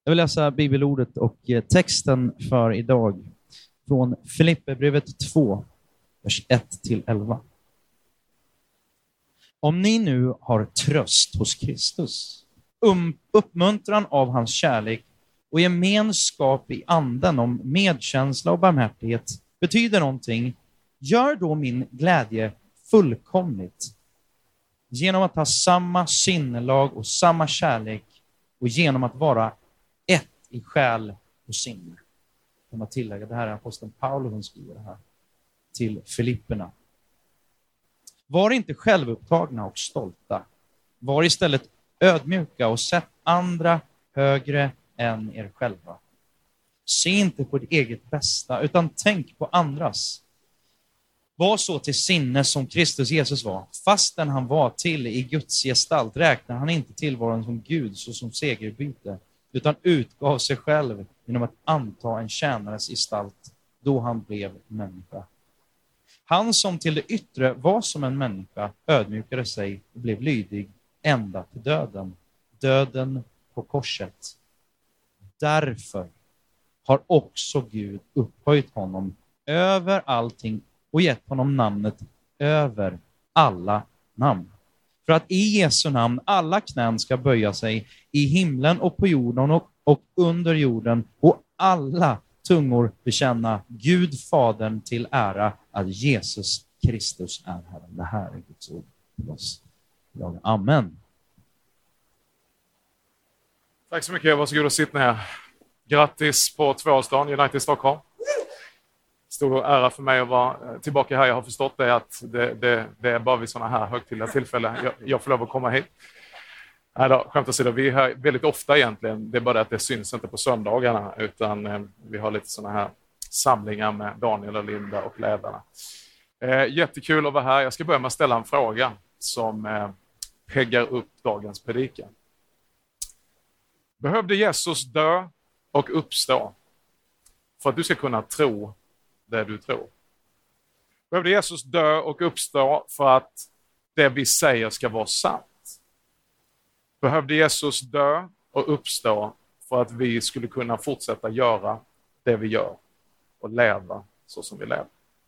Jag vill läsa bibelordet och texten för idag från Filipperbrevet 2, vers 1-11. Om ni nu har tröst hos Kristus, uppmuntran av hans kärlek och gemenskap i anden om medkänsla och barmhärtighet betyder någonting, gör då min glädje fullkomligt genom att ha samma sinnelag och samma kärlek och genom att vara ett i själ och sinne. Kan man tillägga, det här är aposteln Paulus som skriver det här till Filipperna. Var inte självupptagna och stolta. Var istället ödmjuka och sätt andra högre än er själva. Se inte på ditt eget bästa utan tänk på andras. Var så till sinne som Kristus Jesus var. Fastän han var till i Guds gestalt räknar han inte tillvaron som Gud så som segerbyte, utan utgav sig själv genom att anta en tjänares gestalt då han blev människa. Han som till det yttre var som en människa ödmjukade sig och blev lydig ända till döden. Döden på korset. Därför har också Gud upphöjt honom över allting och gett honom namnet över alla namn. För att i Jesu namn alla knän ska böja sig i himlen och på jorden och under jorden och alla tungor bekänna Gud Fadern till ära att Jesus Kristus är Herren. Det här är Guds ord till oss. Amen. Tack så mycket, varsågod och sitt ner. Grattis på 2-årsdagen United Stockholm. Stor ära för mig att vara tillbaka här. Jag har förstått det att det är bara vid sådana här högtidliga tillfällen jag får lov att komma hit. Nej då, skämt åsido, vi är här väldigt ofta egentligen. Det är bara det att det syns inte på söndagarna, utan vi har lite sådana här samlingar med Daniel och Linda och ledarna. Jättekul att vara här. Jag ska börja med att ställa en fråga som peggar upp dagens predikan. Behövde Jesus dö och uppstå för att du ska kunna tro det du tror? Behövde Jesus dö och uppstå för att det vi säger ska vara sant? Behövde Jesus dö och uppstå för att vi skulle kunna fortsätta göra det vi gör och leva så som vi lever?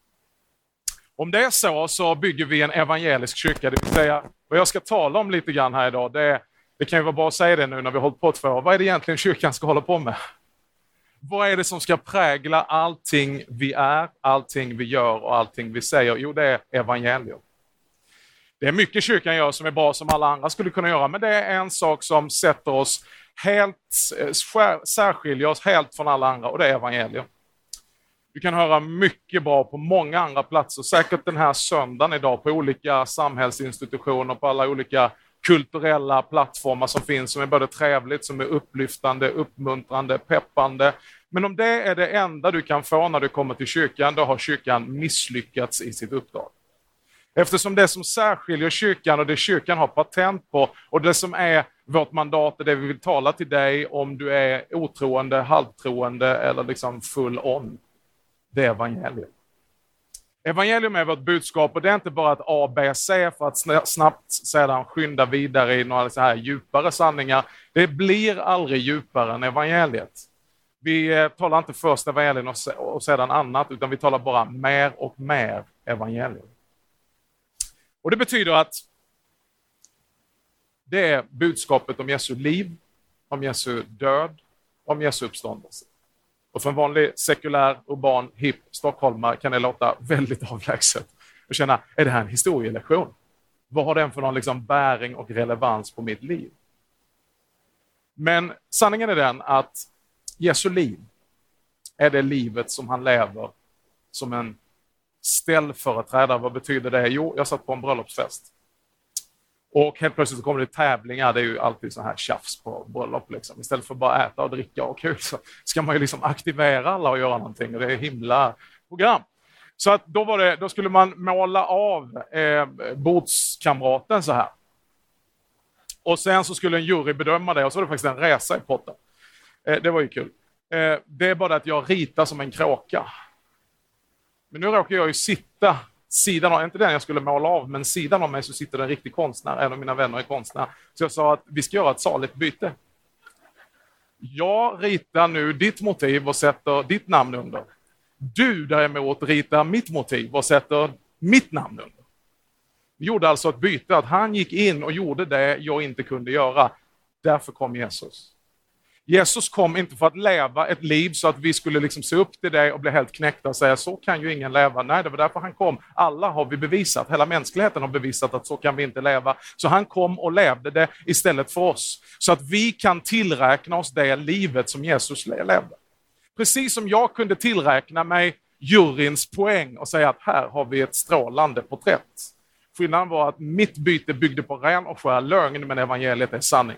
Om det är så bygger vi en evangelisk kyrka. Det vill säga, vad jag ska tala om lite grann här idag, det kan ju vara bra att säga det nu när vi har hållit på 2 år. Vad är det egentligen kyrkan ska hålla på med? Vad är det som ska prägla allting vi är, allting vi gör och allting vi säger? Jo, det är evangelium. Det är mycket kyrkan gör som är bra som alla andra skulle kunna göra, men det är en sak som sätter oss helt, särskiljer oss helt från alla andra, och det är evangelium. Du kan höra mycket bra på många andra platser, säkert den här söndagen idag på olika samhällsinstitutioner, på alla olika kulturella plattformar som finns, som är både trevligt, som är upplyftande, uppmuntrande, peppande. Men om det är det enda du kan få när du kommer till kyrkan, då har kyrkan misslyckats i sitt uppdrag. Eftersom det som särskiljer kyrkan och det kyrkan har patent på och det som är vårt mandat och det vi vill tala till dig om du är otroende, halvtroende eller liksom full on, det är evangelium. Evangelium är vårt budskap, och det är inte bara ett A, B, C för att snabbt sedan skynda vidare i några så här djupare sanningar. Det blir aldrig djupare än evangeliet. Vi talar inte först evangelium och sedan annat, utan vi talar bara mer och mer evangelium. Och det betyder att det är budskapet om Jesu liv, om Jesu död, om Jesu uppståndelse. Och för en vanlig sekulär, urban, hipp stockholmare kan det låta väldigt avlägset. Och känna, är det här en historielektion? Vad har den för någon liksom bäring och relevans på mitt liv? Men sanningen är den att Jesu liv är det livet som han lever som en ställföreträdare. Vad betyder det? Jo, jag satt på en bröllopsfest. Och helt plötsligt kommer det tävlingar. Det är ju alltid så här tjafs på bröllop. Liksom. Istället för bara äta och dricka och kul så ska man ju liksom aktivera alla och göra någonting. Och det är himla program. Så att då skulle man måla av bordskamraten så här. Och sen så skulle en jury bedöma det. Och så var det faktiskt en resa i potten. Det var ju kul. Det är bara att jag ritar som en kråka. Men nu råkar jag ju sitta sidan av, inte den jag skulle måla av, men sidan av mig så sitter en riktig konstnär. En av mina vänner är konstnär. Så jag sa att vi ska göra ett saligt byte. Jag ritar nu ditt motiv och sätter ditt namn under. Du däremot ritar mitt motiv och sätter mitt namn under. Vi gjorde alltså ett byte, att han gick in och gjorde det jag inte kunde göra. Därför kom Jesus. Jesus kom inte för att leva ett liv så att vi skulle liksom se upp till det och bli helt knäckta och säga så kan ju ingen leva. Nej, det var därför han kom. Alla har vi bevisat, hela mänskligheten har bevisat att så kan vi inte leva. Så han kom och levde det istället för oss. Så att vi kan tillräkna oss det livet som Jesus levde. Precis som jag kunde tillräkna mig juryns poäng och säga att här har vi ett strålande porträtt. Skillnaden var att mitt byte byggde på ren och skär lögn, men evangeliet är sanning.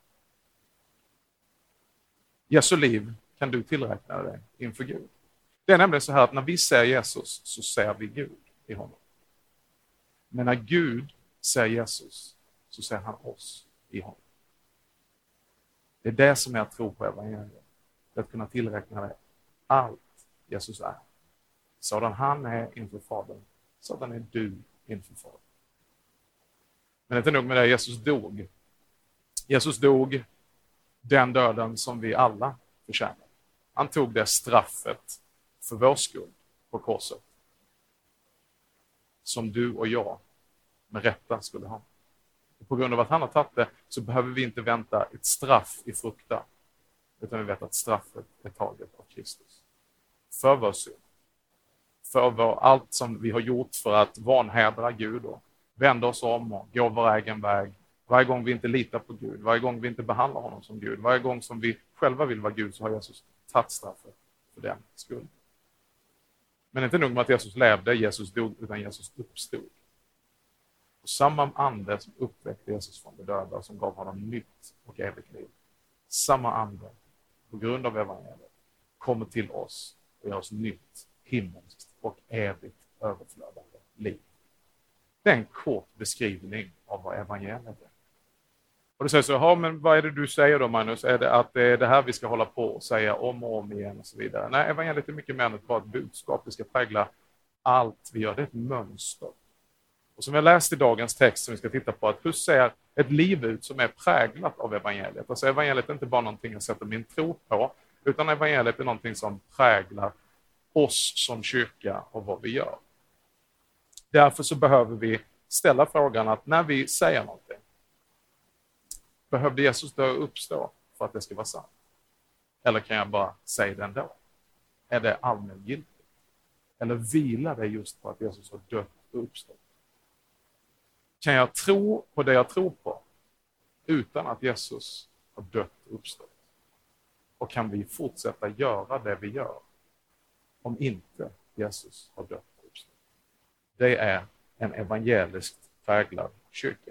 Jesu liv kan du tillräkna dig inför Gud. Det är nämligen så här att när vi ser Jesus så ser vi Gud i honom. Men när Gud ser Jesus så ser han oss i honom. Det är det som är att tro på evangeliet. Att kunna tillräkna dig allt Jesus är. Sådan han är inför Fadern, sådan är du inför Fadern. Men inte nog med det, Jesus dog. Jesus dog den döden som vi alla förtjänar. Han tog det straffet för vår skull på korset. Som du och jag med rätta skulle ha. Och på grund av att han har tagit det så behöver vi inte vänta ett straff i fruktan. Utan vi vet att straffet är taget av Kristus. För vår synd. För allt som vi har gjort för att vanhedra Gud och vända oss om och gå vår egen väg. Varje gång vi inte litar på Gud, varje gång vi inte behandlar honom som Gud, varje gång som vi själva vill vara Gud så har Jesus tagit straffet för den skull. Men inte nog med att Jesus levde, Jesus dog, utan Jesus uppstod. Och samma ande som uppväckte Jesus från de döda som gav honom nytt och evigt liv. Samma ande, på grund av evangeliet, kommer till oss och gör oss nytt, himmelskt och evigt överflödande liv. Det är en kort beskrivning av vad evangeliet är. Och du säger så, ja, men vad är det du säger då, Magnus? Är det att det är det här vi ska hålla på och säga om och om igen och så vidare? Nej, evangeliet är mycket mer än ett bara ett budskap. Det ska prägla allt vi gör. Det är ett mönster. Och som jag läst i dagens text som vi ska titta på, att hur ser ett liv ut som är präglat av evangeliet? Alltså evangeliet är inte bara någonting jag sätter min tro på, utan evangeliet är någonting som präglar oss som kyrka och vad vi gör. Därför så behöver vi ställa frågan att när vi säger någonting, behövde Jesus dö och uppstå för att det ska vara sant? Eller kan jag bara säga det ändå? Är det allmängiltigt? Eller vilar det just på att Jesus har dött och uppstått? Kan jag tro på det jag tror på utan att Jesus har dött och uppstått? Och kan vi fortsätta göra det vi gör om inte Jesus har dött och uppstått? Det är en evangeliskt präglad kyrka.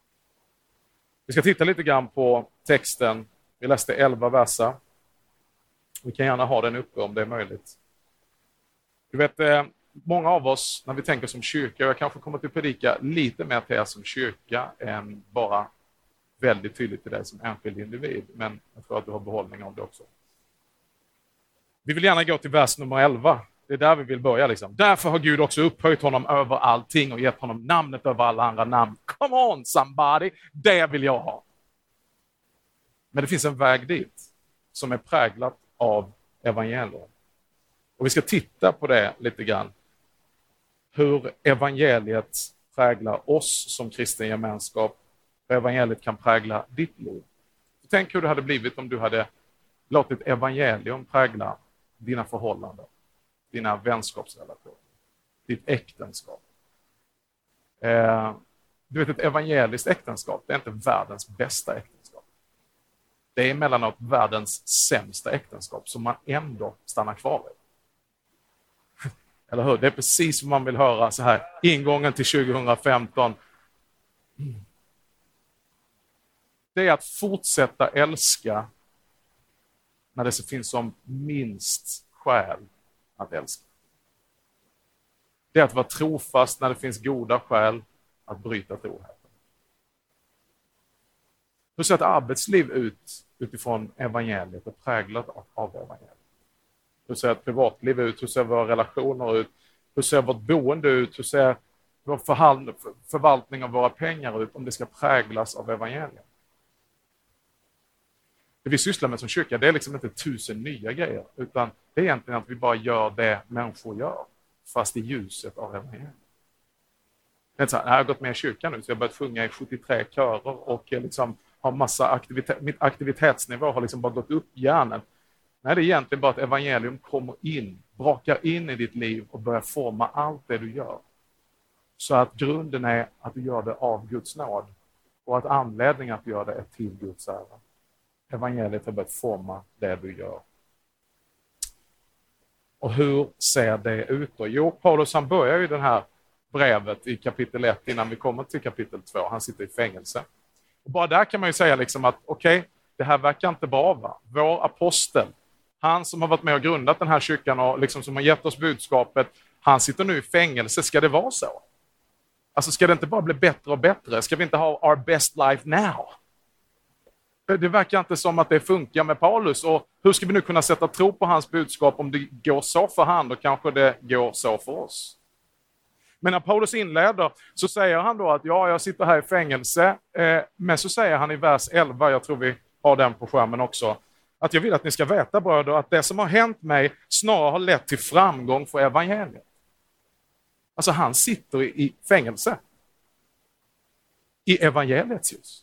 Vi ska titta lite grann på texten. Vi läste 11 verser. Vi kan gärna ha den uppe om det är möjligt. Du vet, många av oss när vi tänker som kyrka, och jag kanske kommer att predika lite mer till er som kyrka än bara väldigt tydligt till dig som enskild individ, men jag tror att du har behållning av det också. Vi vill gärna gå till vers nummer 11. Det är där vi vill börja liksom. Därför har Gud också upphöjt honom över allting och gett honom namnet över alla andra namn. Come on somebody, det vill jag ha. Men det finns en väg dit som är präglat av evangeliet. Och vi ska titta på det lite grann. Hur evangeliet präglar oss som kristen gemenskap. Hur evangeliet kan prägla ditt liv. Tänk hur det hade blivit om du hade låtit evangelium prägla dina förhållanden. Dina vänskapsrelationer. Ditt äktenskap. Du vet, ett evangeliskt äktenskap, det är inte världens bästa äktenskap. Det är emellanåt världens sämsta äktenskap som man ändå stannar kvar i. Eller hur? Det är precis som man vill höra så här. Ingången till 2015. Det är att fortsätta älska när det finns som minst skäl att älska. Det är att vara trofast när det finns goda skäl att bryta troheten. Hur ser ett arbetsliv ut utifrån evangeliet och präglat av evangeliet? Hur ser ett privatliv ut? Hur ser våra relationer ut? Hur ser vårt boende ut? Hur ser vår förvaltning av våra pengar ut om det ska präglas av evangeliet? Det vi sysslar med som kyrka, det är liksom inte 1000 nya grejer, utan det är egentligen att vi bara gör det människor gör, fast i ljuset av evangeliet. Det är så här, jag har gått med i kyrkan nu, så jag har börjat sjunga i 73 körer och liksom har massa aktivitet. Mitt aktivitetsnivå har liksom bara gått upp hjärnan. Nej, det är egentligen bara att evangelium kommer in, brakar in i ditt liv och börjar forma allt det du gör. Så att grunden är att du gör det av Guds nåd och att anledningen att göra det är till Guds ära. Evangeliet har börjat forma det du gör. Och hur ser det ut då? Jo, Paulus han börjar ju den här brevet i kapitel 1 innan vi kommer till kapitel 2. Han sitter i fängelse. Och bara där kan man ju säga liksom att okej, det här verkar inte bra, va? Vår apostel, han som har varit med och grundat den här kyrkan och liksom som har gett oss budskapet, han sitter nu i fängelse. Ska det vara så? Alltså ska det inte bara bli bättre och bättre? Ska vi inte ha our best life now? Det verkar inte som att det funkar med Paulus. Och hur ska vi nu kunna sätta tro på hans budskap om det går så för han och kanske det går så för oss? Men när Paulus inleder så säger han då att ja, jag sitter här i fängelse. Men så säger han i vers 11, jag tror vi har den på skärmen också, att jag vill att ni ska veta, bröder, att det som har hänt mig snarare har lett till framgång för evangeliet. Alltså han sitter i fängelse. I evangeliets ljus.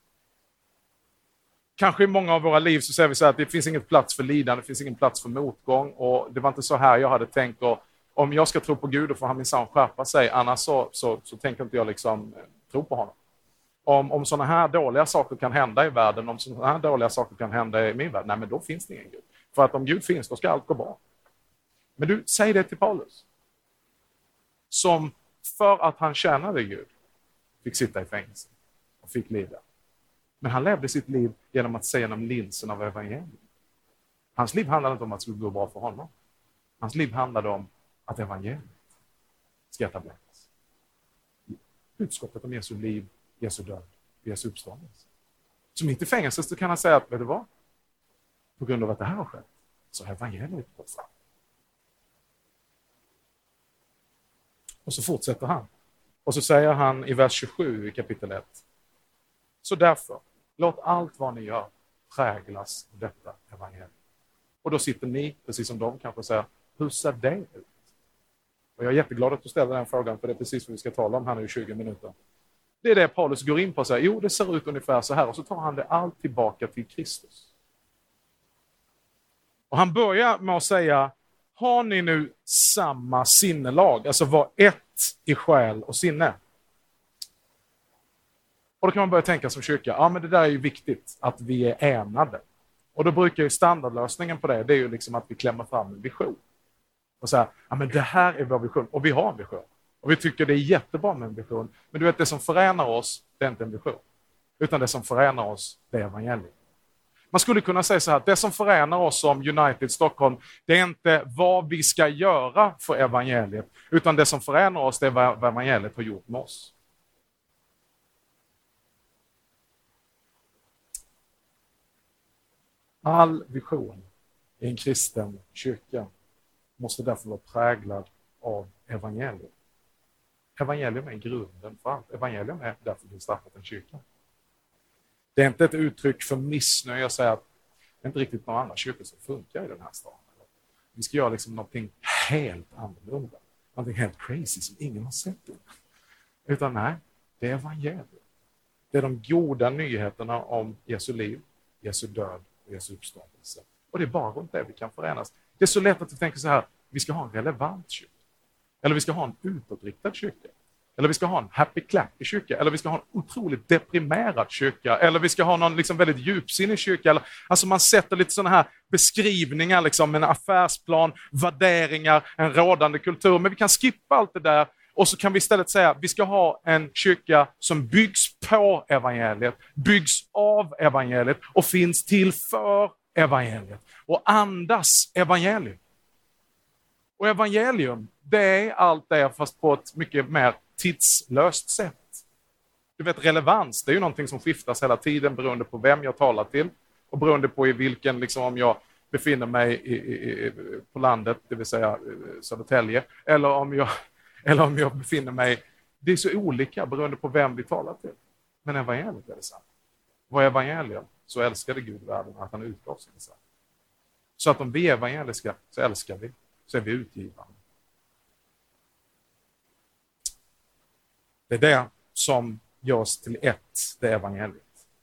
Kanske i många av våra liv så säger vi så här att det finns ingen plats för lidande, det finns ingen plats för motgång, och det var inte så här jag hade tänkt, och om jag ska tro på Gud och får han minsann skärpa sig, annars så tänker inte jag liksom tro på honom. Om sådana här dåliga saker kan hända i världen, om sådana här dåliga saker kan hända i min värld, nej men då finns det ingen Gud. För att om Gud finns, då ska allt gå bra. Men du, säg det till Paulus. Som för att han tjänade Gud fick sitta i fängelse och fick lida. Men han levde sitt liv genom att se genom linsen av evangeliet. Hans liv handlade inte om att det skulle gå bra för honom. Hans liv handlade om att evangeliet ska etableras. Budskapet om Jesu liv, Jesu död, Jesu uppståndelse. Så mitt i fängelset så kan han säga att, vet du vad? På grund av att det här har skett så har evangeliet gått fram. Och så fortsätter han. Och så säger han i vers 27 i kapitel 1. Så därför, låt allt vad ni gör präglas av detta evangelium. Och då sitter ni, precis som de kanske säger, hur ser det ut? Och jag är jätteglad att du ställer den frågan, för det är precis vad vi ska tala om här nu i 20 minuter. Det är det Paulus går in på och säger, jo det ser ut ungefär så här, och så tar han det allt tillbaka till Kristus. Och han börjar med att säga, har ni nu samma sinnelag, alltså var ett i själ och sinne? Och då kan man börja tänka som kyrka, ja men det där är ju viktigt att vi är enade. Och då brukar ju standardlösningen på det är ju liksom att vi klämmer fram en vision. Och säga, ja men det här är vår vision, och vi har en vision. Och vi tycker det är jättebra med en vision. Men du vet, det som förenar oss, det är inte en vision. Utan det som förenar oss, det är evangeliet. Man skulle kunna säga så här, att det som förenar oss som United Stockholm, det är inte vad vi ska göra för evangeliet. Utan det som förenar oss, det är vad evangeliet har gjort med oss. All vision i en kristen kyrka måste därför vara präglad av evangeliet. Evangelium är grunden för allt. Evangelium är därför vi startat en kyrka. Det är inte ett uttryck för missnöje att säga att det är inte riktigt några andra kyrkor som funkar i den här staden. Vi ska göra liksom någonting helt annorlunda. Någonting helt crazy som ingen har sett. Utan nej, det är evangelium. Det är de goda nyheterna om Jesu liv, Jesu död och Jesu uppståndelse. Och det är bara runt det vi kan förenas. Det är så lätt att vi tänker så här, vi ska ha en relevant kyrka. Eller vi ska ha en utåtriktad kyrka. Eller vi ska ha en happy clappy kyrka. Eller vi ska ha en otroligt deprimerad kyrka. Eller vi ska ha någon liksom väldigt djupsinnig kyrka. Eller, alltså man sätter lite sådana här beskrivningar, liksom, en affärsplan, värderingar, en rådande kultur. Men vi kan skippa allt det där. Och så kan vi istället säga att vi ska ha en kyrka som byggs på evangeliet. Byggs av evangeliet. Och finns till för evangeliet. Och andas evangelium. Och evangelium, det är allt det fast på ett mycket mer tidslöst sätt. Du vet, relevans, det är ju någonting som skiftas hela tiden beroende på vem jag talar till och beroende på i vilken, liksom om jag befinner mig på landet, det vill säga Södertälje, eller om jag befinner mig, det är så olika beroende på vem vi talar till. Men evangeliet är det sant. Vad är evangelium? så älskade Gud världen att han utgav sin son. Så att om vi är evangeliska så älskar vi, så är vi utgivande. Det är det som görs till ett, det evangeliet.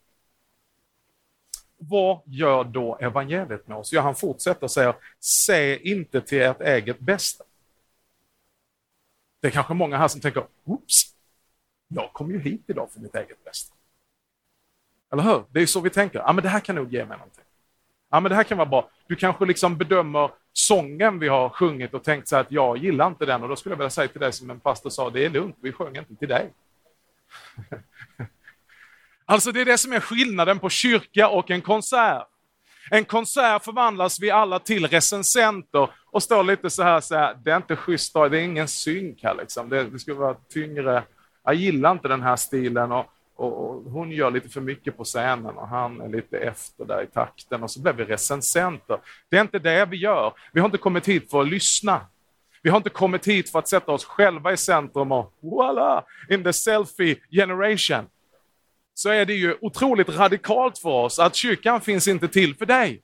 Vad gör då evangeliet med oss? Ja, han fortsätter och säger, se inte till ert eget bästa. Det är kanske många här som tänker, oops, jag kom ju hit idag för mitt eget bästa. Eller hur? Det är så vi tänker. Ja, men det här kan nog ge mig någonting. Ja, men det här kan vara bra. Du kanske liksom bedömer sången vi har sjungit och tänkt så att jag gillar inte den. Och då skulle jag vilja säga till dig som en pastor sa, det är lugnt, vi sjunger inte till dig. Alltså det är det som är skillnaden på kyrka och en konsert. En konsert förvandlas vi alla till recensenter och står lite så här, det är inte schysst, det är ingen synk här liksom. Det skulle vara tyngre. Jag gillar inte den här stilen och hon gör lite för mycket på scenen och han är lite efter där i takten och så blir vi recensenter. Det är inte det vi gör. Vi har inte kommit hit för att lyssna. Vi har inte kommit hit för att sätta oss själva i centrum och voila, in the selfie generation. Så är det ju otroligt radikalt för oss att kyrkan finns inte till för dig.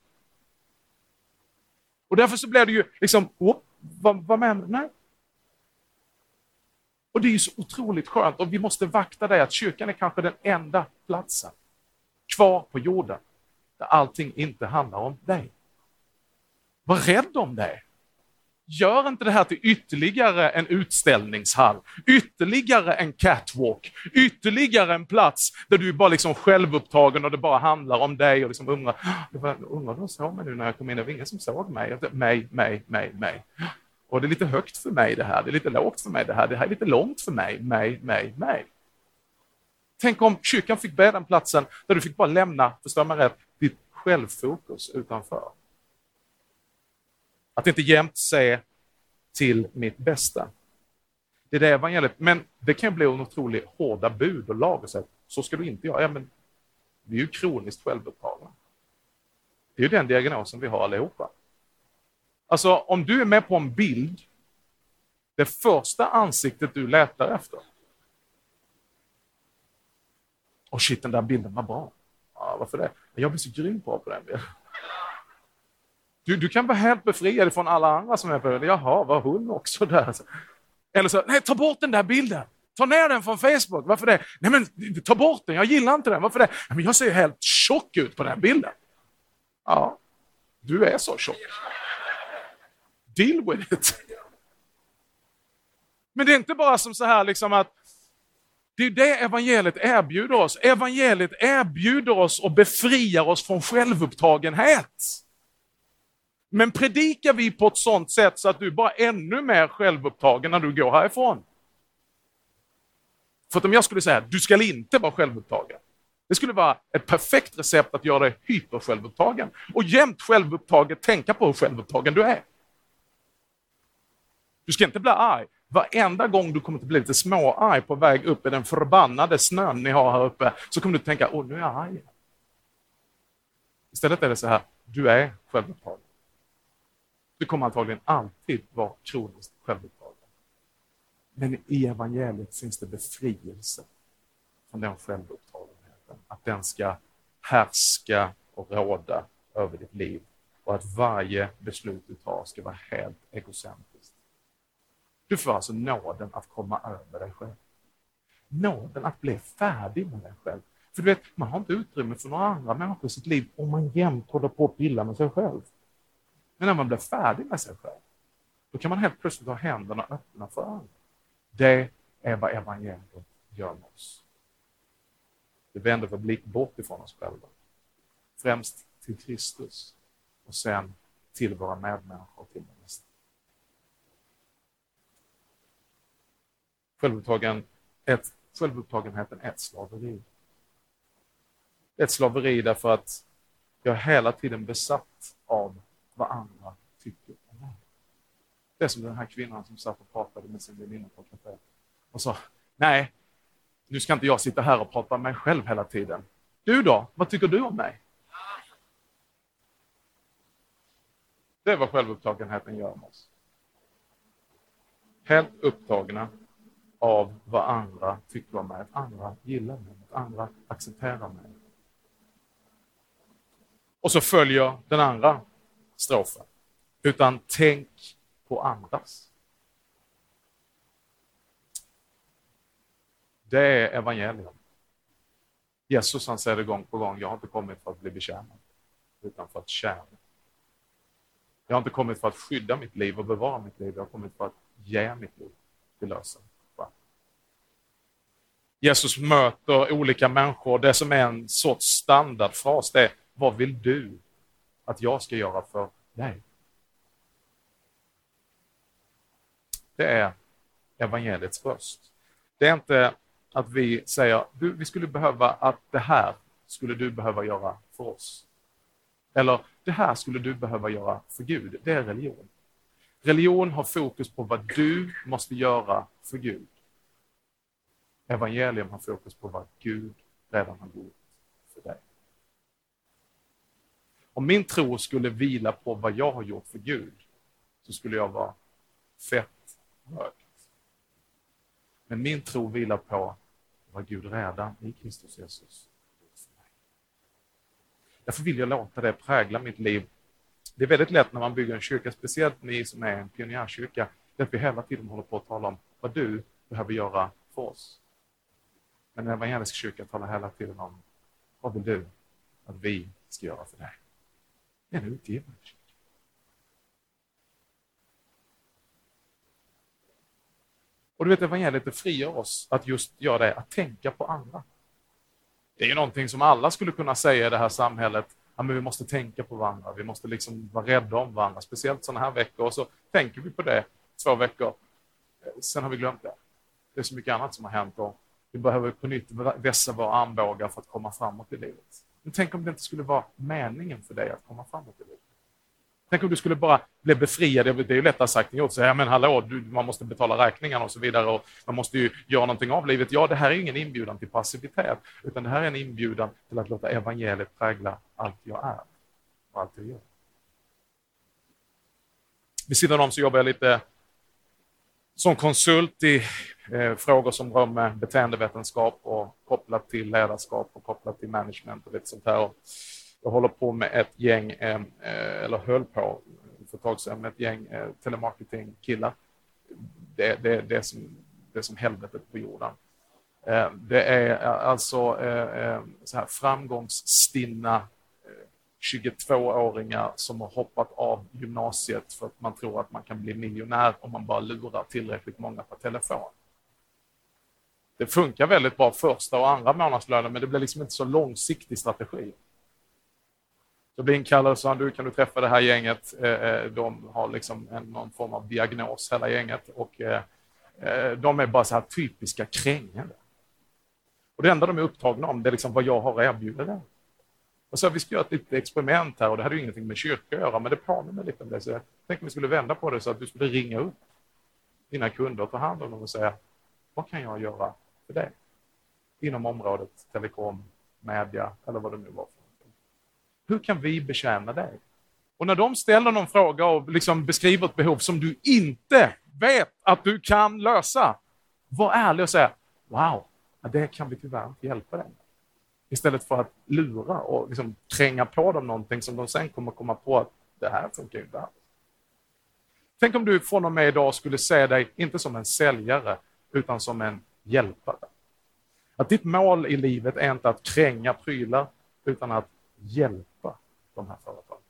Och därför så blir det ju liksom, vad menar du? Nej. Och det är ju så otroligt skönt och vi måste vakta det att kyrkan är kanske den enda platsen kvar på jorden där allting inte handlar om dig. Var rädd om det. Gör inte det här till ytterligare en utställningshall, ytterligare en catwalk, ytterligare en plats där du är bara liksom självupptagen och det bara handlar om dig och liksom undrar de såg mig nu när jag kom in, det var ingen som såg mig. Mig. Och det är lite högt för mig det här, det är lite lågt för mig det här är lite långt för mig. Tänk om kyrkan fick bära den platsen där du fick bara lämna, förstår man rätt, ditt självfokus utanför. Att inte jämt se till mitt bästa. Det är det evangeliet. Men det kan bli en otroligt hårda bud och lag och säga, så ska du inte göra. Ja, men vi är ju kroniskt självupptagna. Det är ju den diagnosen vi har allihopa. Alltså om du är med på en bild, det första ansiktet du letar efter. Och shit, den där bilden var bra. Ja, varför det? Jag blir så grym på den bilden. Du kan vara helt befriad från alla andra som är på det. Jaha, var hon också där? Eller så, nej, ta bort den där bilden. Ta ner den från Facebook. Varför det? Nej, men ta bort den. Jag gillar inte den. Varför det? Nej, men jag ser helt tjock ut på den bilden. Ja, du är så tjock. Deal with it. Men det är inte bara som så här liksom att det är det evangeliet erbjuder oss. Evangeliet erbjuder oss och befriar oss från självupptagenhet. Men predikar vi på ett sånt sätt så att du bara är ännu mer självupptagen när du går härifrån? För att om jag skulle säga du ska inte vara självupptagen. Det skulle vara ett perfekt recept att göra dig hypersjälvupptagen. Och jämt självupptaget tänka på hur självupptagen du är. Du ska inte bli arg. Varenda gång du kommer att bli lite småarg på väg upp i den förbannade snön ni har här uppe så kommer du tänka, nu är jag arg. Istället är det så här, du är självupptagen. Du kommer antagligen alltid vara kroniskt självupptagen. Men i evangeliet finns det befrielse från den självupptagenheten. Att den ska härska och råda över ditt liv. Och att varje beslut du tar ska vara helt egocentriskt. Du får alltså nåden att komma över dig själv. Nåden att bli färdig med dig själv. För du vet, man har inte utrymme för några andra människor i sitt liv om man jämt håller på att pilla med sig själv. Men när man blir färdig med sig själv, då kan man helt plötsligt ha händerna öppna för andra. Det är vad evangeliet gör med oss. Det vänder vår blick bort ifrån oss själva. Främst till Kristus och sen till våra medmänniskor och till de nästa. Självupptagenheten är ett slaveri. Ett slaveri därför att jag är hela tiden besatt av vad andra tycker om mig. Det är som den här kvinnan som satt och pratade med sin väninna på kaféet och sa, nej, nu ska inte jag sitta här och prata om mig själv hela tiden. Du då, vad tycker du om mig? Det är vad självupptagenheten gör med oss. Helt upptagna av vad andra tycker om mig, att andra gillar mig, att andra accepterar mig. Och så följer den andra strofen. Utan tänk på andras. Det är evangelium. Jesus han säger det gång på gång. Jag har inte kommit för att bli betjänad, utan för att tjäna. Jag har inte kommit för att skydda mitt liv och bevara mitt liv. Jag har kommit för att ge mitt liv till lösen. Jesus möter olika människor. Det som är en sorts standardfras, det är: vad vill du att jag ska göra för dig? Det är evangeliets röst. Det är inte att vi säger: vi skulle behöva att det här skulle du behöva göra för oss. Eller det här skulle du behöva göra för Gud. Det är religion. Religion har fokus på vad du måste göra för Gud. Evangelium har fokus på vad Gud redan har gjort för dig. Om min tro skulle vila på vad jag har gjort för Gud, så skulle jag vara fett högt. Men min tro vilar på vad Gud redan i Kristus Jesus gjort för mig. Därför vill jag låta det prägla mitt liv. Det är väldigt lätt när man bygger en kyrka, speciellt ni som är en pionjärkyrka, att vi hela tiden håller på att tala om vad du behöver göra för oss. Men den evangeliska kyrkan talar hela tiden om: vad vill du att vi ska göra för dig? Det är en utgiven kyrka. Och du vet, evangeliet befriar oss att just göra det, att tänka på andra. Det är ju någonting som alla skulle kunna säga i det här samhället: ja, men vi måste tänka på varandra, vi måste liksom vara rädda om varandra, speciellt sådana här veckor. Och så tänker vi på det 2 veckor, sen har vi glömt det. Det är så mycket annat som har hänt och vi behöver på nytt vässa våra armbågar för att komma framåt i livet. Men tänk om det inte skulle vara meningen för dig att komma framåt i livet. Tänk om du skulle bara bli befriad. Det är ju lättare sagt än gjort. Så, ja, men hallå, man måste betala räkningarna och så vidare. Och man måste ju göra någonting av livet. Ja, det här är ingen inbjudan till passivitet. Utan det här är en inbjudan till att låta evangeliet prägla allt jag är och allt jag gör. Vid sidan om så jobbar jag lite som konsult i frågor som rör med beteendevetenskap och kopplat till ledarskap och kopplat till management och lite sånt här. Och jag håller på med ett gäng, eller höll på för ett tag sedan med ett gäng telemarketing-killar. Det är som helvetet på jorden. Det är alltså så här framgångsstinna 22-åringar som har hoppat av gymnasiet för att man tror att man kan bli miljonär om man bara lurar tillräckligt många på telefon. Det funkar väldigt bra första och andra månadslönen, men det blir liksom inte så långsiktig strategi. Så blir inkallad och sa: du, kan du träffa det här gänget? De har liksom någon form av diagnos, hela gänget, och de är bara så här typiska krängande. Och det enda de är upptagna om, det är liksom vad jag har erbjudit dem. Och så vi ska göra ett litet experiment här, och det hade ju ingenting med kyrka att göra, men det påminner lite om det. Så jag tänkte vi skulle vända på det så att du skulle ringa upp dina kunder och ta hand om dem och säga: vad kan jag göra för dig? Inom området telekom, media eller vad det nu var för någonting. Hur kan vi betjäna dig? Och när de ställer någon fråga och liksom beskriver ett behov som du inte vet att du kan lösa, var ärlig och säga: wow, det kan vi tyvärr inte hjälpa dig med. Istället för att lura och liksom tränga på dem någonting som de sen kommer komma på att det här funkar ju inte alls. Tänk om du från och med idag skulle se dig inte som en säljare utan som en hjälpare. Att ditt mål i livet är inte att kränga prylar utan att hjälpa de här företagen.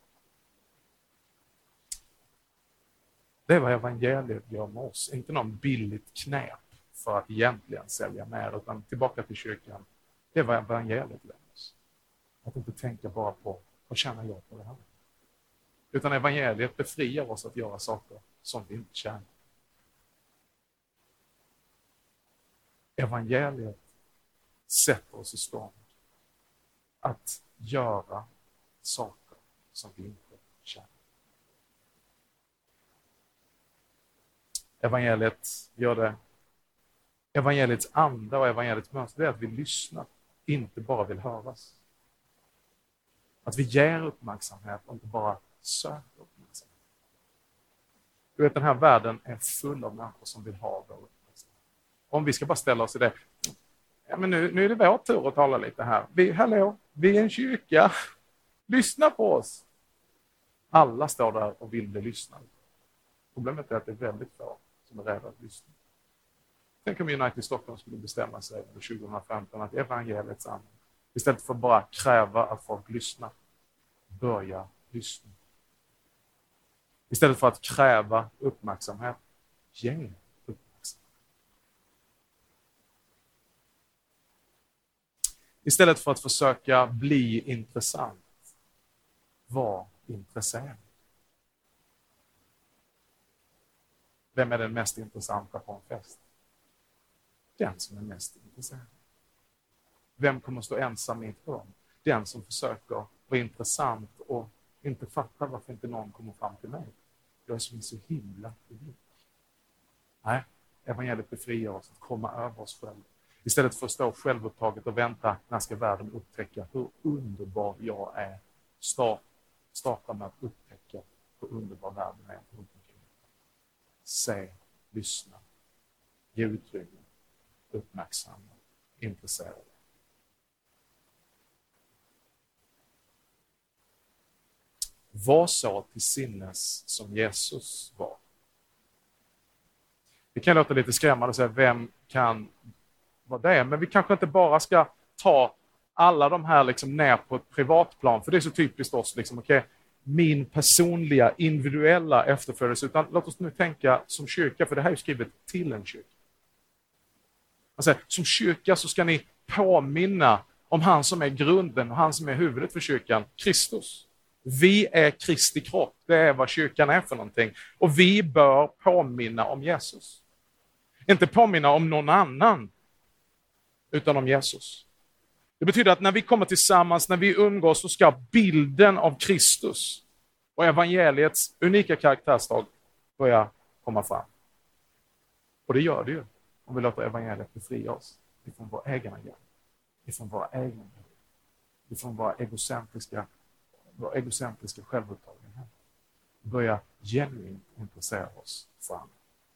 Det är vad evangeliet gör med oss. Inte någon billigt knäp för att egentligen sälja mer, utan tillbaka till kyrkan. Det är vad evangeliet lär oss. Att inte tänka bara på vad tjänar jag på det här. Utan evangeliet befriar oss att göra saker som vi inte tjänar. Evangeliet sätter oss i stånd att göra saker som vi inte tjänar. Evangeliet gör det. Evangeliets anda och evangeliets mönster är att vi lyssnar, inte bara vill höras. Att vi ger uppmärksamhet och inte bara söker uppmärksamhet. Du vet, den här världen är full av människor som vill ha vår uppmärksamhet. Om vi ska bara ställa oss i det. Ja, men nu är det vår tur att tala lite här. Vi är en kyrka. Lyssna på oss. Alla står där och vill bli lyssnade. Problemet är att det är väldigt få som är rädda att lyssna. Tänk om United Stockholm skulle bestämma sig under 2015 att evangeliet sanning. Istället för att bara kräva att folk lyssnar. Börja lyssna. Istället för att kräva uppmärksamhet. Ge uppmärksamhet. Istället för att försöka bli intressant. Var intresserad. Vem är den mest intressanta på en fest? Den som är mest intresserad. Vem kommer stå ensam i ett rum? Den som försöker vara intressant och inte fattar varför inte någon kommer fram till mig. Jag är så himla publik. Nej, evangeliet befriar oss att komma över oss själva. Istället för att stå självupptaget och vänta när ska världen upptäcka hur underbar jag är. Starta med att upptäcka hur underbar världen är. Se, lyssna, ge utrymme, uppmärksamma, intresserade. Var så till sinnes som Jesus var. Det kan låta lite skrämmande att säga vem kan vara det. Men vi kanske inte bara ska ta alla de här liksom ner på ett privatplan. För det är så typiskt oss. Liksom, okay, min personliga, individuella efterföljelse. Utan låt oss nu tänka som kyrka. För det här är skrivet till en kyrka. Alltså, som kyrka så ska ni påminna om han som är grunden och han som är huvudet för kyrkan. Kristus. Vi är Kristi kropp. Det är vad kyrkan är för någonting. Och vi bör påminna om Jesus. Inte påminna om någon annan. Utan om Jesus. Det betyder att när vi kommer tillsammans, när vi umgås, så ska bilden av Kristus och evangeliets unika karaktärsdrag börja komma fram. Och det gör det ju om vi låter evangeliet befria oss ifrån vår egen agenda, ifrån våra egna, ifrån våra egocentriska självupptagenhet. Börja genuint intressera oss för andra.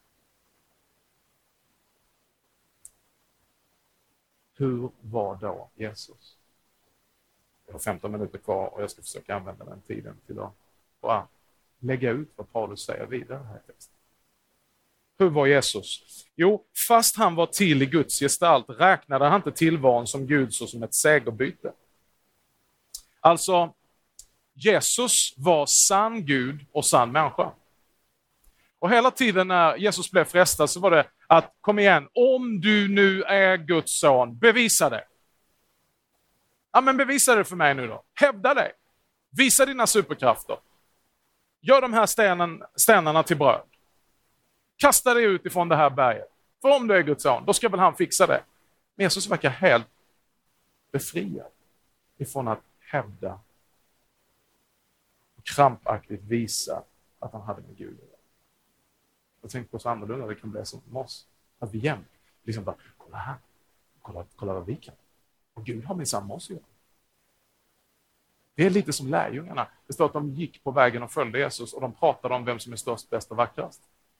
Hur var då Jesus? Jag har 15 minuter kvar och jag ska försöka använda den tiden till att bara lägga ut vad Paulus säger vidare här i texten. Hur var Jesus? Jo, fast han var till i Guds gestalt räknade han inte tillvaron som Gud så som ett segerbyte. Alltså, Jesus var sann Gud och sann människa. Och hela tiden när Jesus blev frestad så var det att kom igen, om du nu är Guds son, bevisa det. Ja, men bevisa det för mig nu då. Hävda dig. Visa dina superkrafter. Gör de här stenarna till bröd. Kasta dig ut ifrån det här berget. För om du är Guds son, då ska väl han fixa det. Men Jesus verkar helt befriad ifrån att hävda och krampaktigt visa att han hade med Gud. Jag tänkte på så annorlunda det kan bli som oss. Att vi jämt liksom bara, kolla här. Kolla vad vi kan. Och Gud har med samma oss att göra. Det är lite som lärjungarna. Det står att de gick på vägen och följde Jesus och de pratade om vem som är störst, bäst och vackrast.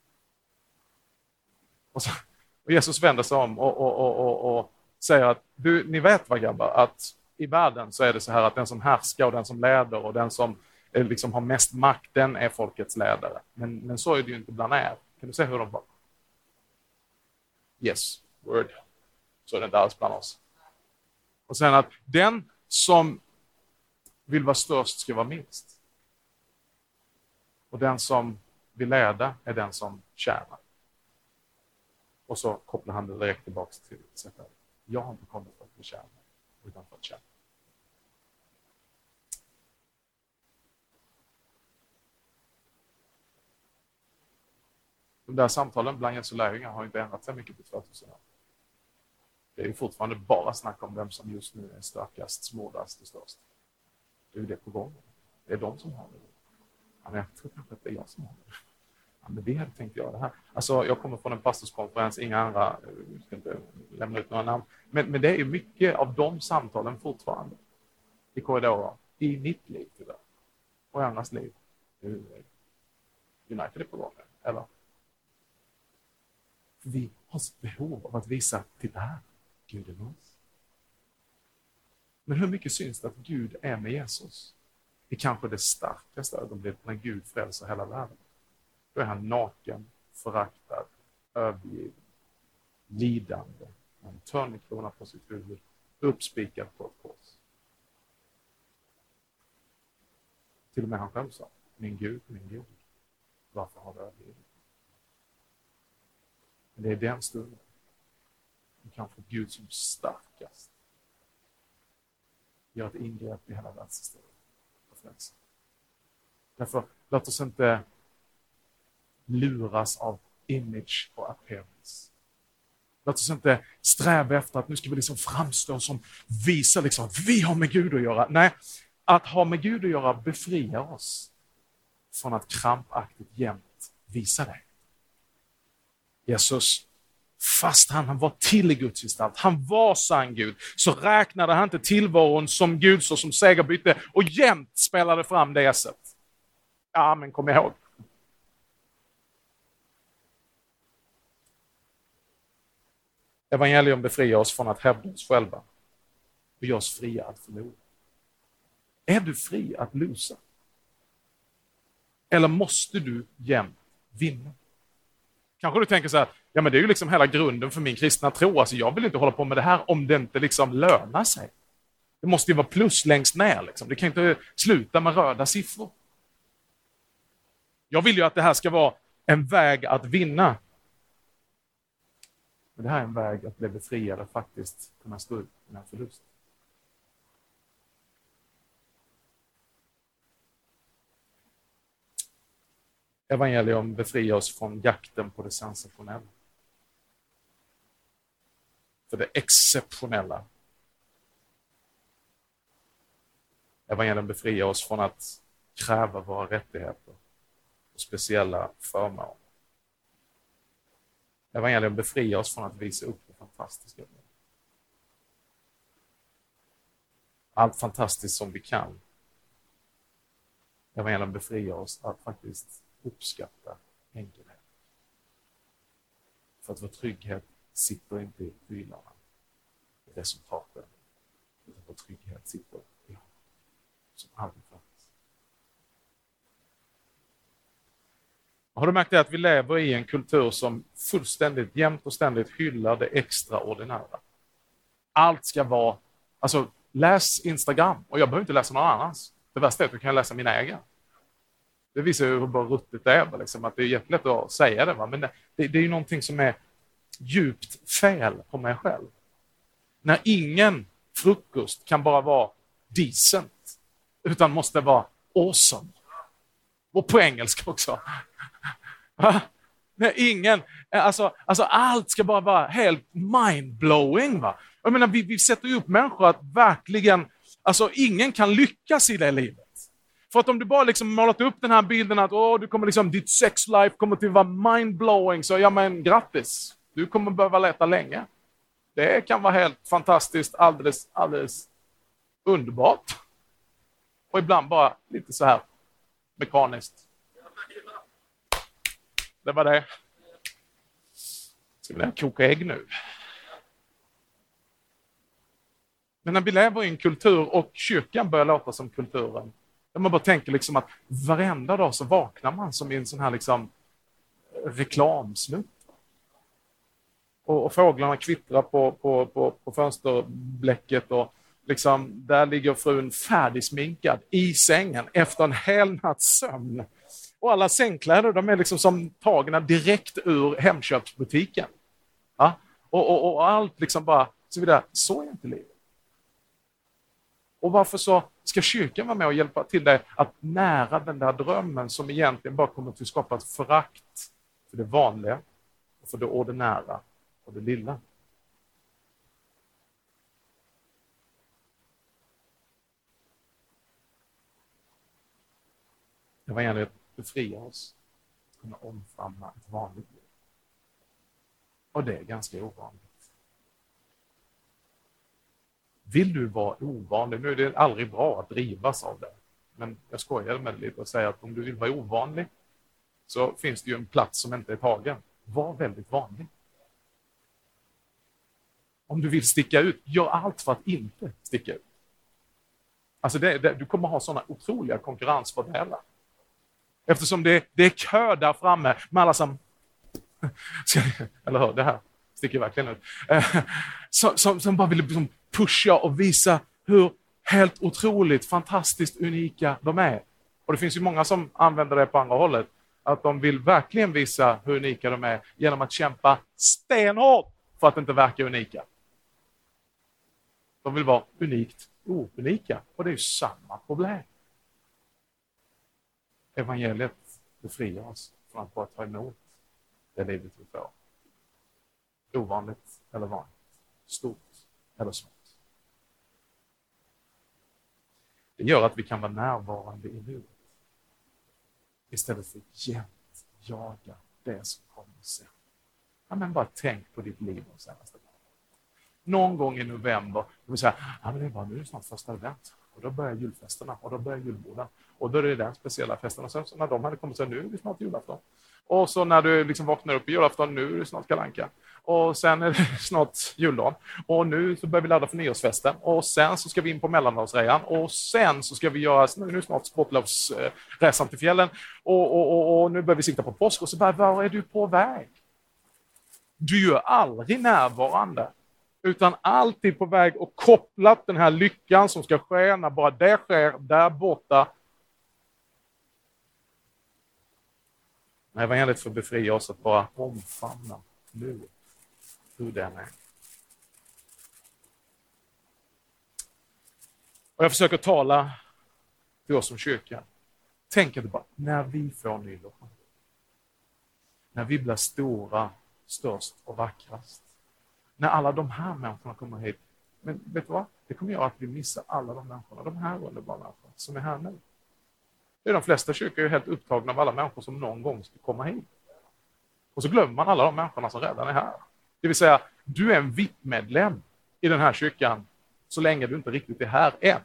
Och Jesus vänder sig om och säger att ni vet vad grabbar, att i världen så är det så här att den som härskar och den som leder och den som liksom har mest makt, den är folkets ledare. Men så är det ju inte bland er. Kan du se hur de var? Yes, word. Så är det inte alls bland oss. Och sen att den som vill vara störst ska vara minst. Och den som vill leda är den som tjänar. Och så kopplar han det direkt tillbaka till sig själv. Jag har inte kommit för att betjäna, utan för att tjäna. De där samtalen bland Jesu lärjungar har inte ändrat sig mycket på 2000 år. Det är ju fortfarande bara snack om vem som just nu är starkast, smådast och störst. Det är ju det på gång. Det är de som har det. Ja, men jag tror kanske att det är jag som har det. Ja, men vi hade tänkt göra det här. Alltså, jag kommer från en pastorskonferens, inga andra, jag ska inte lämna ut några namn. Men det är ju mycket av de samtalen fortfarande i korridorer, i mitt liv tyvärr. Och i andras liv. United är på gång, eller? Vi har behov av att visa, titta här, Gud är med oss. Men hur mycket syns det att Gud är med Jesus? är kanske det starkaste ögonblicket när Gud frälser hela världen. Då är han naken, föraktad, övergiven, lidande, en törnekrona på sitt huvud, uppspikad på ett kors. Till och med han själv sa, min Gud, varför har du övergivit? Men det är den stunden som kanske Gud som starkast gör ett ingrepp i hela världshistorien. Därför låt oss inte luras av image och appearance. Låt oss inte sträva efter att nu ska vi liksom framstå som visa liksom att vi har med Gud att göra. Nej, att ha med Gud att göra befriar oss från att krampaktigt jämt visa det. Jesus, fast han var till i Guds gestalt, han var sann Gud, så räknade han inte tillvaron som Gud så som segerbyte och jämt spelade fram det esset. Ja, men kom ihåg. Evangelium befriar oss från att hävda oss själva och gör oss fria att förlora. Är du fri att losa? Eller måste du jämt vinna? Kanske du tänker så här, ja men det är ju liksom hela grunden för min kristna tro. Alltså jag vill inte hålla på med det här om det inte liksom lönar sig. Det måste ju vara plus längst ner liksom. Det kan inte sluta med röda siffror. Jag vill ju att det här ska vara en väg att vinna. Men det här är en väg att bli befriad och faktiskt kunna stå ut med en förlust. Evangelium befriar oss från jakten på det sensationella. För det exceptionella. Evangelium befriar oss från att kräva våra rättigheter och speciella förmåner. Evangelium befriar oss från att visa upp det fantastiska. Allt fantastiskt som vi kan. Evangelium befriar oss att faktiskt uppskatta enkelhet. För att vår trygghet sitter inte i prylarna, i resultaten. Utan vår trygghet sitter i honom, som aldrig fattas. Har du märkt det att vi lever i en kultur som fullständigt jämt och ständigt hyllar det extraordinära? Allt ska vara, alltså läs Instagram, och jag behöver inte läsa någon annans. Det värsta är att du kan läsa mina egna. Det visar ju hur bara ruttet det är, liksom, att det är jättelätt att säga det. Va? Men det är ju någonting som är djupt fel på mig själv. När ingen frukost kan bara vara decent, utan måste vara awesome. Och på engelska också. När ingen, alltså allt ska bara vara helt mindblowing. Va? Jag menar, vi sätter ju upp människor att verkligen, alltså ingen kan lyckas i det livet. För att om du bara liksom målat upp den här bilden att du kommer liksom, ditt sexlife kommer till att vara mindblowing, så ja men grattis. Du kommer behöva leta länge. Det kan vara helt fantastiskt, alldeles underbart. Och ibland bara lite så här mekaniskt. Det var det. Ska vi koka ägg nu? Men när vi lever i en kultur och kyrkan börjar låta som kulturen, där man bara tänker liksom att varenda dag så vaknar man som i en sån här liksom reklamsnutt. Och fåglarna kvittrar på fönsterbläcket och liksom där ligger frun färdigsminkad i sängen efter en hel natts sömn. Och alla sängkläder, de är liksom som tagna direkt ur Hemköpsbutiken. Ja? Och allt liksom bara så vidare. Så är inte livet. Och varför så ska kyrkan vara med och hjälpa till dig att nära den där drömmen som egentligen bara kommer att skapa ett förakt för det vanliga och för det ordinära och det lilla. Evangeliet befriar oss att kunna omfamna ett vanligt liv. Och det är ganska ovanligt. Vill du vara ovanlig? Nu är det aldrig bra att drivas av det. Men jag skojar med det lite och säger att om du vill vara ovanlig så finns det ju en plats som inte är tagen. Var väldigt vanlig. Om du vill sticka ut, gör allt för att inte sticka ut. Alltså du kommer ha sådana otroliga konkurrensfördelar. Eftersom det är kö där framme med alla som... Eller hör, det här sticker verkligen ut. Som bara vill liksom pusha och visa hur helt otroligt, fantastiskt unika de är. Och det finns ju många som använder det på andra hållet. Att de vill verkligen visa hur unika de är genom att kämpa stenhårt för att inte verka unika. De vill vara unikt ounika. Och det är ju samma problem. Evangeliet befriar oss från att bara ta emot det livet vi får. Ovanligt eller vanligt. Stort eller smått. Det gör att vi kan vara närvarande i nuet. Istället för att jämt jaga det som kommer sen. Ja, men bara tänk på ditt liv de senaste dagarna. Någon gång i november, då vill säga, ja, men det är bara nu snart första advent. Och då börjar julfesterna och då börjar julborden. Och då är det den speciella festen. Och sen så när de hade kommit så här, nu är det snart julafton. Och så när du liksom vaknar upp i julafton, nu är det snart Kalle Anka. Och sen är det snart juldagen. Och nu så börjar vi ladda för nyårsfesten. Och sen så ska vi in på mellandagsrejan. Och sen så ska vi göra, nu är snart sportlovsresan till fjällen. Och nu börjar vi sikta på påsk. Och så bara, var är du på väg? Du är aldrig närvarande. Utan alltid på väg och kopplat den här lyckan som ska ske när bara det sker där borta. När evangeliet får befria oss att bara omfamna nu hur den är. Och jag försöker tala till oss som kyrka. Tänk inte bara, när vi får ny lokality. När vi blir stora, störst och vackrast. När alla de här människorna kommer hit. Men vet du vad? Det kommer göra att vi missar alla de människorna. De här underbara människorna som är här nu. Det är de flesta kyrkor är helt upptagna av alla människor som någon gång ska komma hit. Och så glömmer man alla de människorna som redan är här. Det vill säga, du är en VIP-medlem i den här kyrkan så länge du inte riktigt är här än.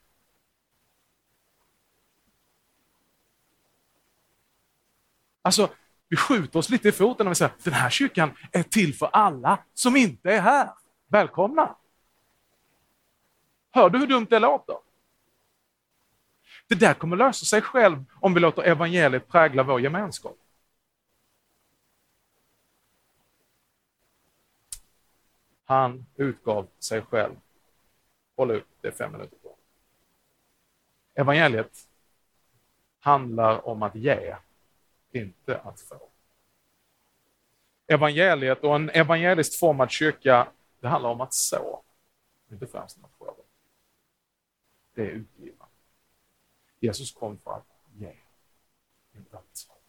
Alltså, vi skjuter oss lite i foten när vi säger att den här kyrkan är till för alla som inte är här. Välkomna! Hör du hur dumt det låter? Det där kommer lösa sig själv om vi låter evangeliet prägla vår gemenskap. Han utgav sig själv. Håll ut, det är 5 minuter på. Evangeliet handlar om att ge, inte att få. Evangeliet och en evangeliskt formad kyrka, det handlar om att så. Inte främst att få. Det är utgivande. Jesus kom för att ge, inte att ta.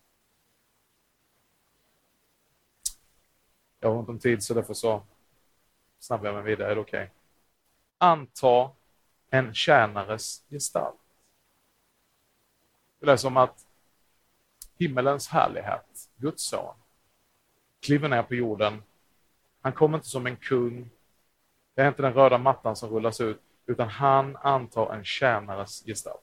Jag har inte om tid så därför så snabbar jag mig vidare, är det okej? Anta en tjänares gestalt. Det är som att himmelens härlighet, Guds son, kliver ner på jorden. Han kommer inte som en kung. Det är inte den röda mattan som rullas ut, utan han antar en tjänares gestalt.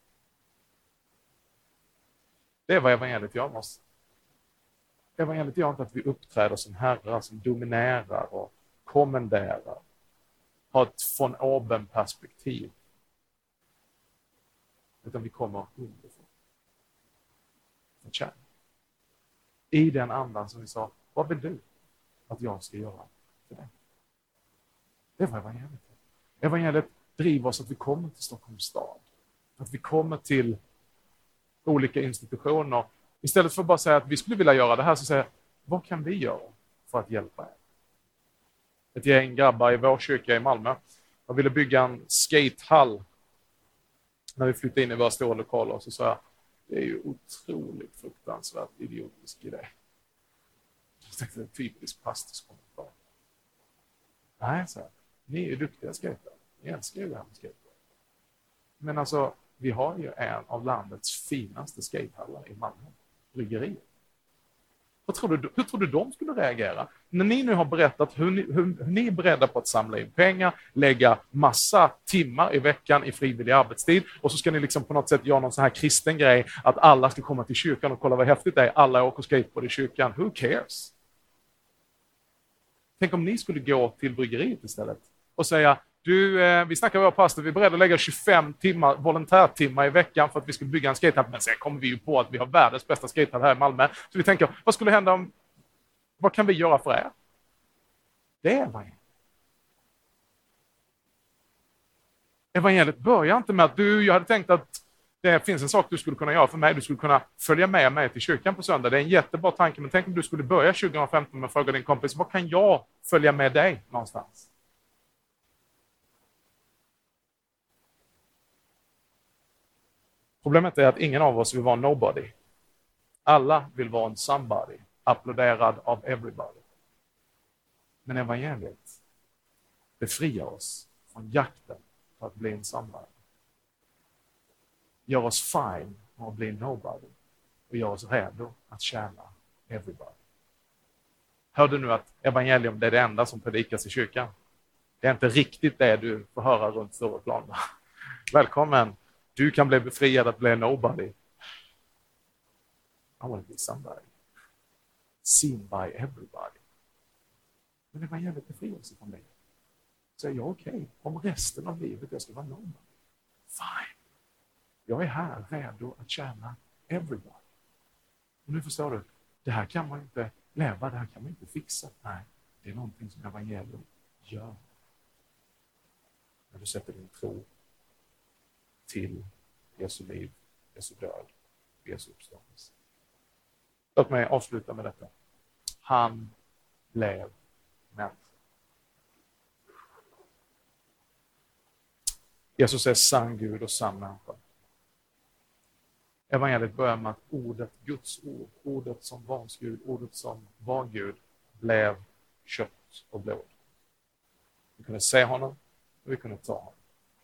Det är vad evangeliet gör med oss. Evangeliet gör inte att vi uppträder som herrar som dominerar och kommenderar. Har ett von oben perspektiv. Utan vi kommer underifrån. Och tjäna. I den andan som vi sa, vad vill du att jag ska göra för dig? Det var evangeliet. Evangeliet driver oss att vi kommer till Stockholms stad. Att vi kommer till olika institutioner. Istället för att bara säga att vi skulle vilja göra det här, så säger jag, vad kan vi göra för att hjälpa er? Ett gäng grabbar i vår kyrka i Malmö. Jag ville bygga en skatehall när vi flyttade in i våra stora lokaler. Så sa jag, det är ju otroligt fruktansvärt idiotisk idé. Jag tänkte, det är typiskt pastorskommentar. Nej, så här, ni är ju duktiga skatare. Ni älskar ju det här med skateboard. Men alltså, vi har ju en av landets finaste skatehallar i Malmö. Bryggeriet. Hur tror du de skulle reagera? När ni nu har berättat hur ni är beredda på att samla in pengar, lägga massa timmar i veckan i frivillig arbetstid, och så ska ni liksom på något sätt göra någon sån här kristen grej att alla ska komma till kyrkan och kolla vad häftigt det är. Alla åker skateboard i kyrkan. Who cares? Tänk om ni skulle gå till bryggeriet istället och säga, Vi snackar med vår pastor, vi är beredda att lägga 25 timmar, volontärtimmar i veckan för att vi ska bygga en skatehall. Men sen kommer vi ju på att vi har världens bästa skatehall här i Malmö. Så vi tänker, vad skulle hända om, vad kan vi göra för er? Det är evangeliet. Evangeliet börjar inte med att jag hade tänkt att det finns en sak du skulle kunna göra för mig. Du skulle kunna följa med mig till kyrkan på söndag. Det är en jättebra tanke, men tänk om du skulle börja 2015 med att fråga din kompis, vad kan jag följa med dig någonstans? Problemet är att ingen av oss vill vara nobody. Alla vill vara en somebody, applåderad av everybody. Men evangeliet befriar oss från jakten på att bli en somebody. Gör oss fine med att bli nobody och gör oss redo att tjäna everybody. Hör du nu att evangelium, det är det enda som predikas i kyrkan? Det är inte riktigt det du får höra runt Stureplan. Välkommen! Du kan bli befriad att bli nobody. I want to be somebody. Seen by everybody. Men evangeliet befriar sig från det. Så är jag okej om resten av livet jag ska vara nobody. Fine. Jag är här redo att tjäna everybody. Och nu förstår du, det här kan man inte leva, det här kan man inte fixa. Nej, det är någonting som evangelium gör. När du sätter din tro till Jesu liv, Jesu död, Jesu uppståndelse. Låt mig avsluta med detta. Han blev människa. Jesus är sann Gud och sann människa. Evangeliet börjar med att ordet, Guds ord, ordet som var Gud, ordet som var Gud, blev kött och blod. Vi kunde se honom och vi kunde ta honom.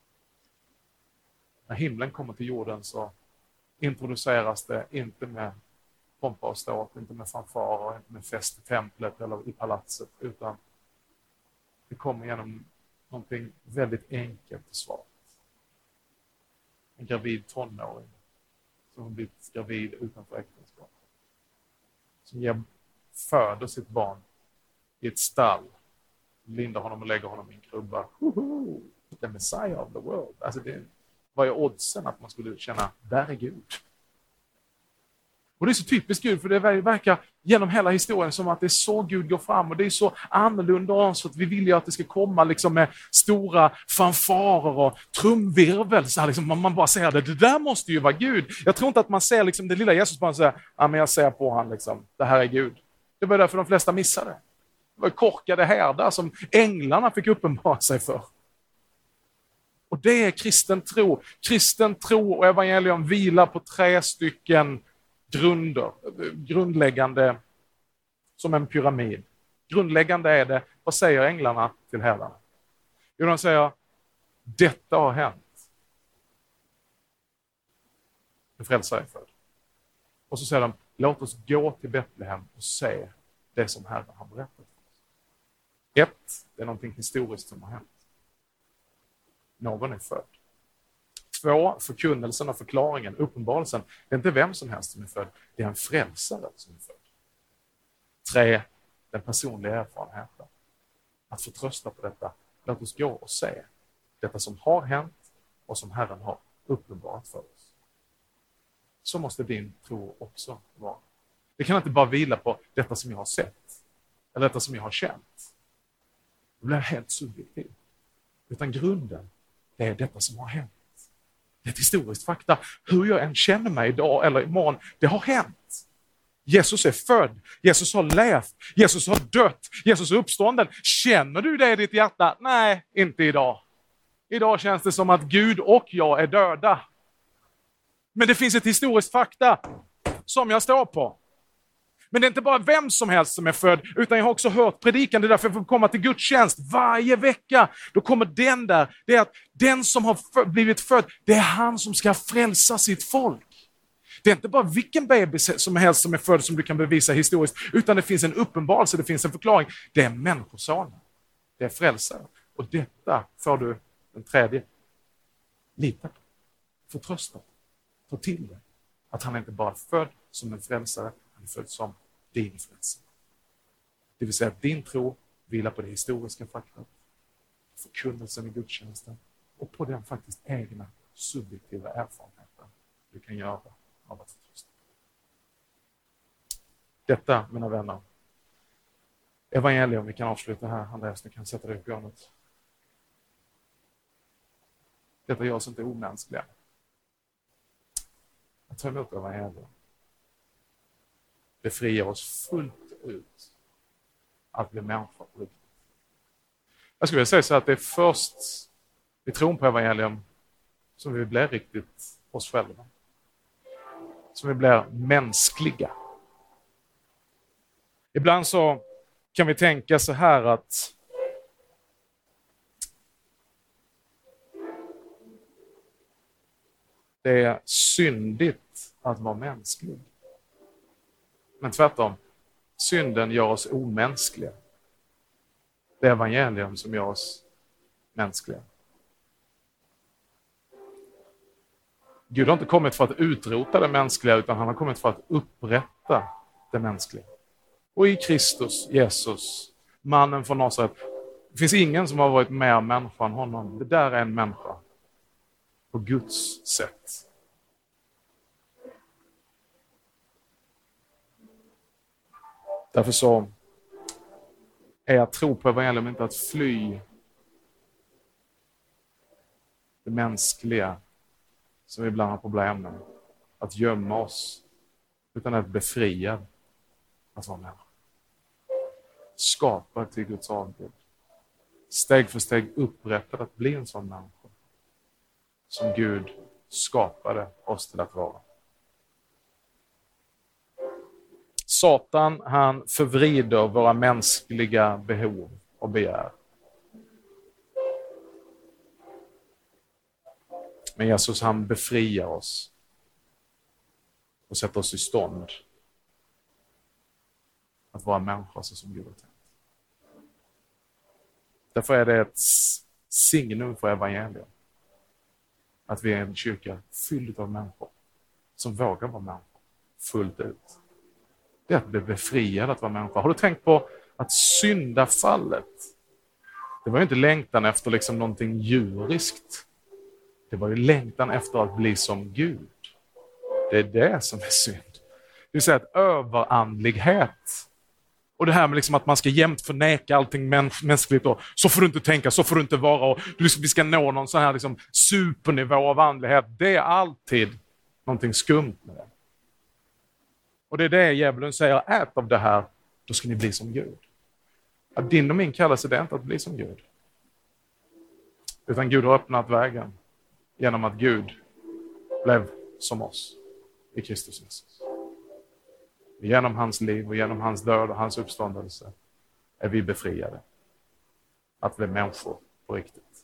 När himlen kommer till jorden så introduceras det inte med pompa och ståt, inte med fanfarer, inte med fest i templet eller i palatset, utan det kommer genom någonting väldigt enkelt och svagt. En gravid tonåring som har blivit gravid utanför äktenskap. Som föder sitt barn i ett stall, lindar honom och lägger honom i en krubba. The Messiah of the world. Alltså vad är oddsen att man skulle känna, där är Gud? Och det är så typiskt Gud, för det verkar genom hela historien som att det är så Gud går fram, och det är så annorlunda av oss, för att vi vill ju att det ska komma liksom med stora fanfarer och trumvirvel, så här, liksom, man bara säger det där måste ju vara Gud. Jag tror inte att man ser liksom det lilla Jesus bara säger, ja men jag ser på han liksom, det här är Gud. Det var därför de flesta missade. Det var korkade härdar som änglarna fick uppenbara sig för. Och det är kristen tro. Kristen tro och evangelium vilar på 3 stycken grundläggande som en pyramid. Grundläggande är det, vad säger änglarna till herdarna? Jo, de säger, detta har hänt. En frälsare är född. Och så säger de, låt oss gå till Betlehem och se det som Herren har berättat för oss. 1, det är någonting historiskt som har hänt. Någon är född. 2, förkunnelsen och förklaringen, uppenbarelsen. Det är inte vem som helst som är född, det är en frälsare som är född. 3, den personliga erfarenheten. Att förtrösta på detta. Låt oss gå och se detta som har hänt och som Herren har uppenbarat för oss. Så måste din tro också vara. Det kan inte bara vila på detta som jag har sett eller detta som jag har känt. Det blir helt subjektivt. Utan grunden, det är detta som har hänt. Det är ett historiskt fakta. Hur jag än känner mig idag eller imorgon, det har hänt. Jesus är född. Jesus har levt. Jesus har dött. Jesus är uppstånden. Känner du det i ditt hjärta? Nej, inte idag. Idag känns det som att Gud och jag är döda. Men det finns ett historiskt fakta som jag står på. Men det är inte bara vem som helst som är född, utan jag har också hört predikan. Det är därför jag får komma till gudstjänst varje vecka. Då kommer den där. Det är att den som har blivit född, det är han som ska frälsa sitt folk. Det är inte bara vilken baby som helst som är född som du kan bevisa historiskt, utan det finns en uppenbarelse, det finns en förklaring. Det är människosonen. Det är frälsaren. Och detta får du den 3. Lita på. Förtrösta. Ta till dig. Att han inte bara är född som en frälsare, han är född som din frälsare. Det vill säga att din tro vilar på det historiska faktat. förkunnelsen i gudstjänsten och på den faktiskt egna subjektiva erfarenheten du kan göra av att förtrösta. Detta, mina vänner, evangelium, vi kan avsluta här. Andreas, du kan sätta dig på pianot. Detta gör oss inte omänskliga. Att ta emot evangelium befriar oss fullt ut att bli människor på riktigt. Jag skulle vilja säga så att det är först i tron på evangelium som vi blir riktigt oss själva. Som vi blir mänskliga. Ibland så kan vi tänka så här att det är syndigt att vara mänsklig. Men tvärtom, synden gör oss omänskliga. Det är evangelium som gör oss mänskliga. Gud har inte kommit för att utrota det mänskliga, utan han har kommit för att upprätta det mänskliga. Och i Kristus, Jesus, mannen från Nasaret, det finns ingen som har varit mer människa än honom. Det där är en människa på Guds sätt. Därför så är att tro på evangelium inte att fly det mänskliga som vi ibland har problem med, att gömma oss, utan att befria att vara människa. Skapa till Guds avbild. Steg för steg upprättad att bli en sån människa som Gud skapade oss till att vara. Satan, han förvrider våra mänskliga behov och begär. Men Jesus, han befriar oss och sätter oss i stånd att vara människor som Gud har tänkt. Därför är det ett signum för evangelium att vi är en kyrka fylld av människor som vågar vara människor fullt ut. Det är att bli befriad att vara människa. Har du tänkt på att syndafallet, det var ju inte längtan efter liksom någonting djuriskt. Det var ju längtan efter att bli som Gud. Det är det som är synd. Det vill säga att överandlighet. Och det här med liksom att man ska jämt förneka allting mänskligt. Och så får du inte tänka, så får du inte vara. Och vi ska nå någon sån här liksom supernivå av andlighet. Det är alltid någonting skumt med det. Och det är det djävulen säger, ät av det här, då ska ni bli som Gud. Att din och min kallelse, det är inte att bli som Gud. Utan Gud har öppnat vägen genom att Gud blev som oss i Kristus Jesus. Genom hans liv och genom hans död och hans uppståndelse är vi befriade att bli människor på riktigt.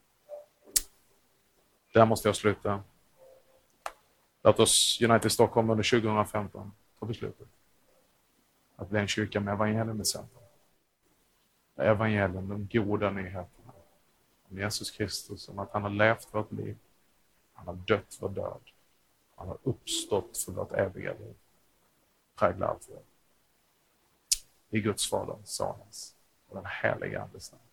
Där måste jag sluta. Låt oss United Stockholm under 2015 ta beslutet att bli en kyrka med evangelium i centrum. Evangelium, de goda nyheterna om Jesus Kristus, om att han har levt vårt liv, han har dött vår död, han har uppstått för vårt eviga liv. Präglar allt det. I Guds Faderns, Sonens och den heliga Andes namn.